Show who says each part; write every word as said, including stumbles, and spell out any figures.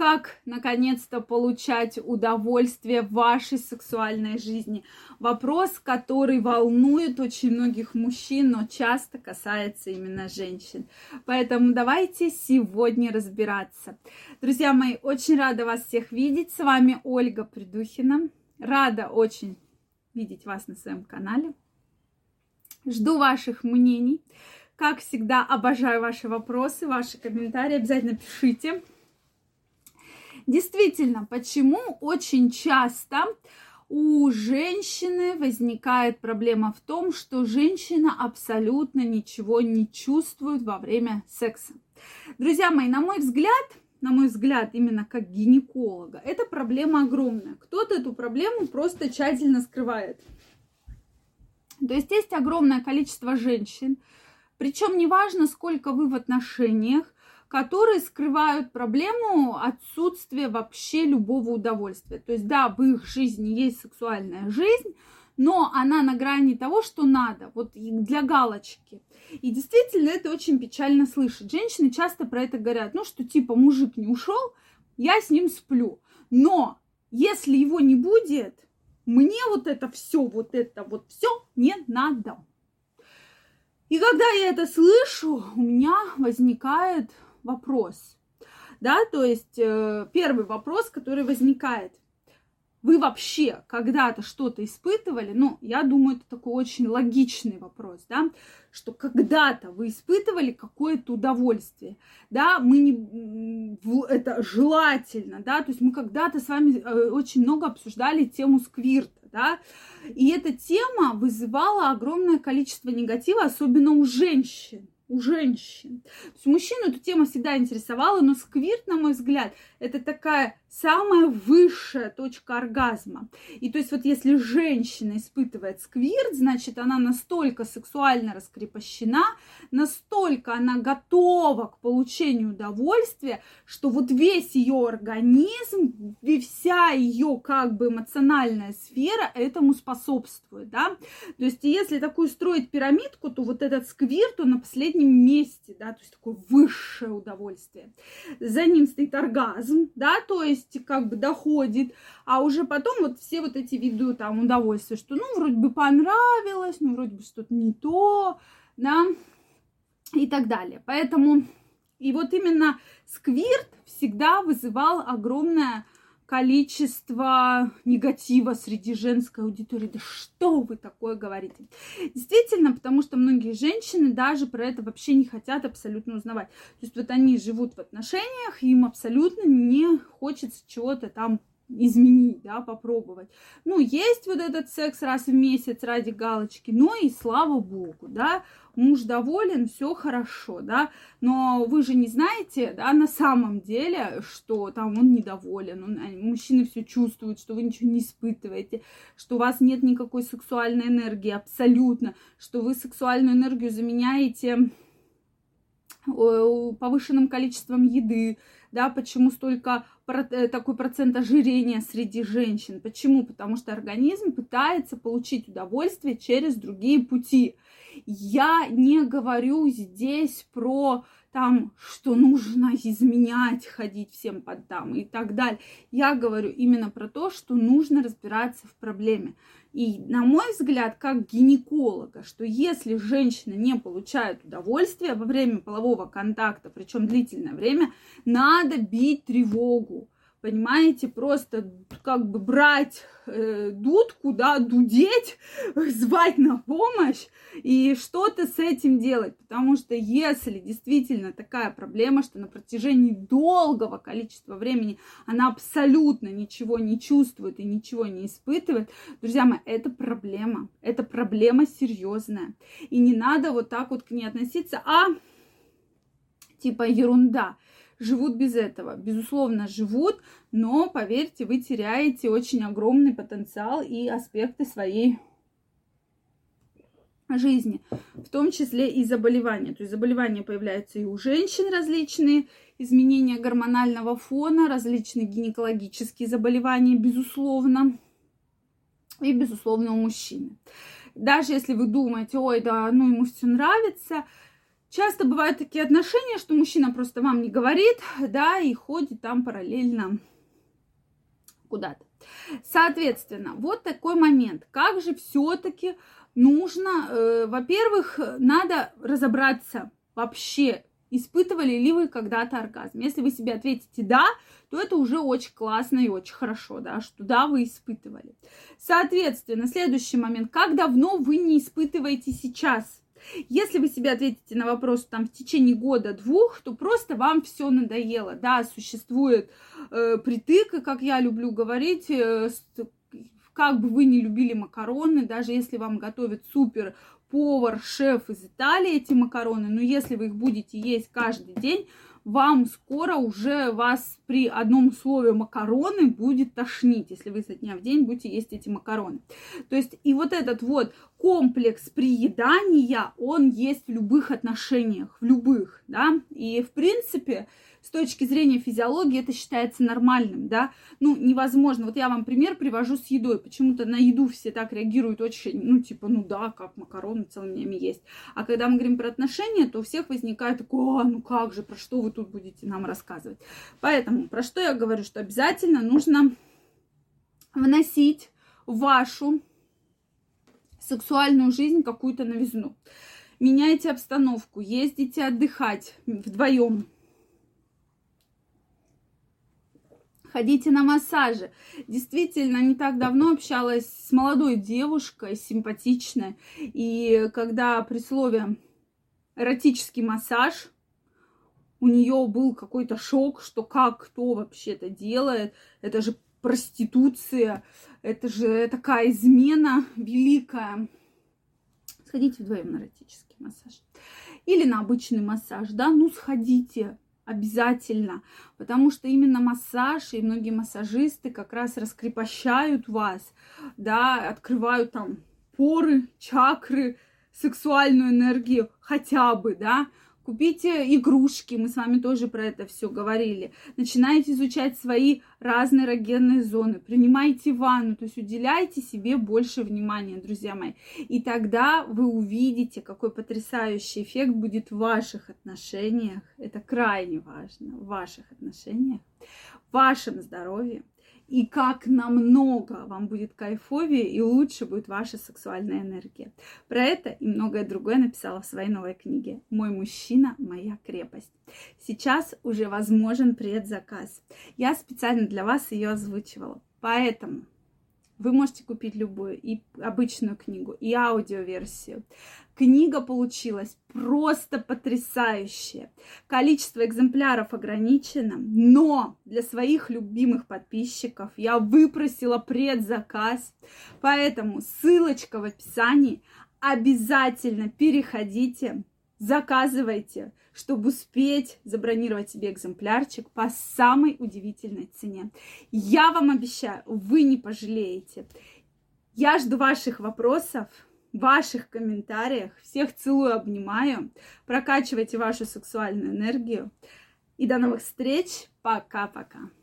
Speaker 1: как наконец-то получать удовольствие в вашей сексуальной жизни. Вопрос, который волнует очень многих мужчин, но часто касается именно женщин. Поэтому давайте сегодня разбираться. Друзья мои, очень рада вас всех видеть. С вами Ольга Придухина. Рада очень видеть вас на своем канале. Жду ваших мнений. Как всегда, обожаю ваши вопросы, ваши комментарии. Обязательно пишите. Действительно, почему очень часто у женщины возникает проблема в том, что женщина абсолютно ничего не чувствует во время секса? Друзья мои, на мой взгляд, на мой взгляд, именно как гинеколога, эта проблема огромная. Кто-то эту проблему просто тщательно скрывает. То есть есть огромное количество женщин, причем неважно, сколько вы в отношениях, которые скрывают проблему отсутствия вообще любого удовольствия. То есть, да, в их жизни есть сексуальная жизнь, но она на грани того, что надо, вот для галочки. И действительно, это очень печально слышать. Женщины часто про это говорят, ну, что типа мужик не ушел, я с ним сплю. Но если его не будет, мне вот это все, вот это вот все не надо. И когда я это слышу, у меня возникает вопрос, да, то есть э, первый вопрос, который возникает. Вы вообще когда-то что-то испытывали? Ну, я думаю, это такой очень логичный вопрос, да, что когда-то вы испытывали какое-то удовольствие, да, мы не, это желательно, да, то есть мы когда-то с вами очень много обсуждали тему сквирта, да, и эта тема вызывала огромное количество негатива, особенно у женщин. У женщин. То есть мужчину эта тема всегда интересовала, но сквирт, на мой взгляд, это такая самая высшая точка оргазма. И то есть вот если женщина испытывает сквирт, значит она настолько сексуально раскрепощена, настолько она готова к получению удовольствия, что вот весь ее организм и вся ее как бы эмоциональная сфера этому способствует, да. То есть если такую строить пирамидку, то вот этот сквирт, он на последнем месте, да, то есть такое высшее удовольствие. За ним стоит оргазм, да, то есть как бы доходит, а уже потом вот все вот эти виды там удовольствия, что ну вроде бы понравилось, ну вроде бы что-то не то, да, и так далее. Поэтому и вот именно сквирт всегда вызывал огромное количество негатива среди женской аудитории. Да что вы такое говорите? Действительно, потому что многие женщины даже про это вообще не хотят абсолютно узнавать. То есть вот они живут в отношениях, им абсолютно не хочется чего-то там изменить, да, попробовать. Ну, есть вот этот секс раз в месяц ради галочки, но и слава богу, да, муж доволен, все хорошо, да, но вы же не знаете, да, на самом деле, что там он недоволен, он, мужчины все чувствуют, что вы ничего не испытываете, что у вас нет никакой сексуальной энергии, абсолютно, что вы сексуальную энергию заменяете повышенным количеством еды, да, почему столько такой процент ожирения среди женщин, почему? Потому что организм пытается получить удовольствие через другие пути. Я не говорю здесь про там, что нужно изменять, ходить всем под там и так далее. Я говорю именно про то, что нужно разбираться в проблеме. И, на мой взгляд, как гинеколога, что если женщина не получает удовольствие во время полового контакта, причем длительное время, надо бить тревогу. Понимаете, просто как бы брать э, дудку, да, дудеть, звать на помощь и что-то с этим делать. Потому что если действительно такая проблема, что на протяжении долгого количества времени она абсолютно ничего не чувствует и ничего не испытывает, друзья мои, это проблема. Это проблема серьезная. И не надо вот так вот к ней относиться, а типа ерунда. Живут без этого. Безусловно, живут, но, поверьте, вы теряете очень огромный потенциал и аспекты своей жизни, в том числе и заболевания. То есть заболевания появляются и у женщин различные, изменения гормонального фона, различные гинекологические заболевания, безусловно, и, безусловно, у мужчины. Даже если вы думаете, ой, да, ну ему все нравится, Часто бывают такие отношения, что мужчина просто вам не говорит, да, и ходит там параллельно куда-то. Соответственно, вот такой момент. Как же все-таки нужно, э, во-первых, надо разобраться вообще, испытывали ли вы когда-то оргазм. Если вы себе ответите «да», то это уже очень классно и очень хорошо, да, что да, вы испытывали. Соответственно, следующий момент. Как давно вы не испытываете сейчас? Если вы себе ответите на вопрос там в течение года-двух, то просто вам все надоело. Да, существует э, притык, как я люблю говорить, э, как бы вы не любили макароны, даже если вам готовит супер повар, шеф из Италии эти макароны, но если вы их будете есть каждый день, вам скоро уже вас при одном слове макароны будет тошнить, если вы со дня в день будете есть эти макароны. То есть и вот этот вот комплекс приедания, он есть в любых отношениях, в любых, да, и в принципе с точки зрения физиологии это считается нормальным, да, ну, невозможно, вот я вам пример привожу с едой, почему-то на еду все так реагируют очень, ну, типа, ну да, как макароны целыми днями есть, а когда мы говорим про отношения, то у всех возникает такое, а, ну как же, про что вы тут будете нам рассказывать, поэтому, про что я говорю, что обязательно нужно вносить в вашу сексуальную жизнь какую-то новизну, меняйте обстановку, ездите отдыхать вдвоем, ходите на массажи. Действительно, не так давно общалась с молодой девушкой, симпатичной. И когда при слове эротический массаж, у нее был какой-то шок, что как, кто вообще это делает. Это же проституция, это же такая измена великая. Сходите вдвоем на эротический массаж. Или на обычный массаж, да, ну сходите. Обязательно, потому что именно массаж и многие массажисты как раз раскрепощают вас, да, открывают там поры, чакры, сексуальную энергию хотя бы, да. Купите игрушки, мы с вами тоже про это все говорили. Начинайте изучать свои разные эрогенные зоны, принимайте ванну, то есть уделяйте себе больше внимания, друзья мои. И тогда вы увидите, какой потрясающий эффект будет в ваших отношениях. Это крайне важно, в ваших отношениях, в вашем здоровье. И как намного вам будет кайфовее и лучше будет ваша сексуальная энергия. Про это и многое другое написала в своей новой книге «Мой мужчина, моя крепость». Сейчас уже возможен предзаказ. Я специально для вас ее озвучивала. Поэтому вы можете купить любую, и обычную книгу, и аудиоверсию. Книга получилась просто потрясающая. Количество экземпляров ограничено, но для своих любимых подписчиков я выпросила предзаказ. Поэтому ссылочка в описании. Обязательно переходите, заказывайте, чтобы успеть забронировать себе экземплярчик по самой удивительной цене. Я вам обещаю, вы не пожалеете. Я жду ваших вопросов, ваших комментариев. Всех целую, обнимаю. Прокачивайте вашу сексуальную энергию. И до новых встреч. Пока-пока.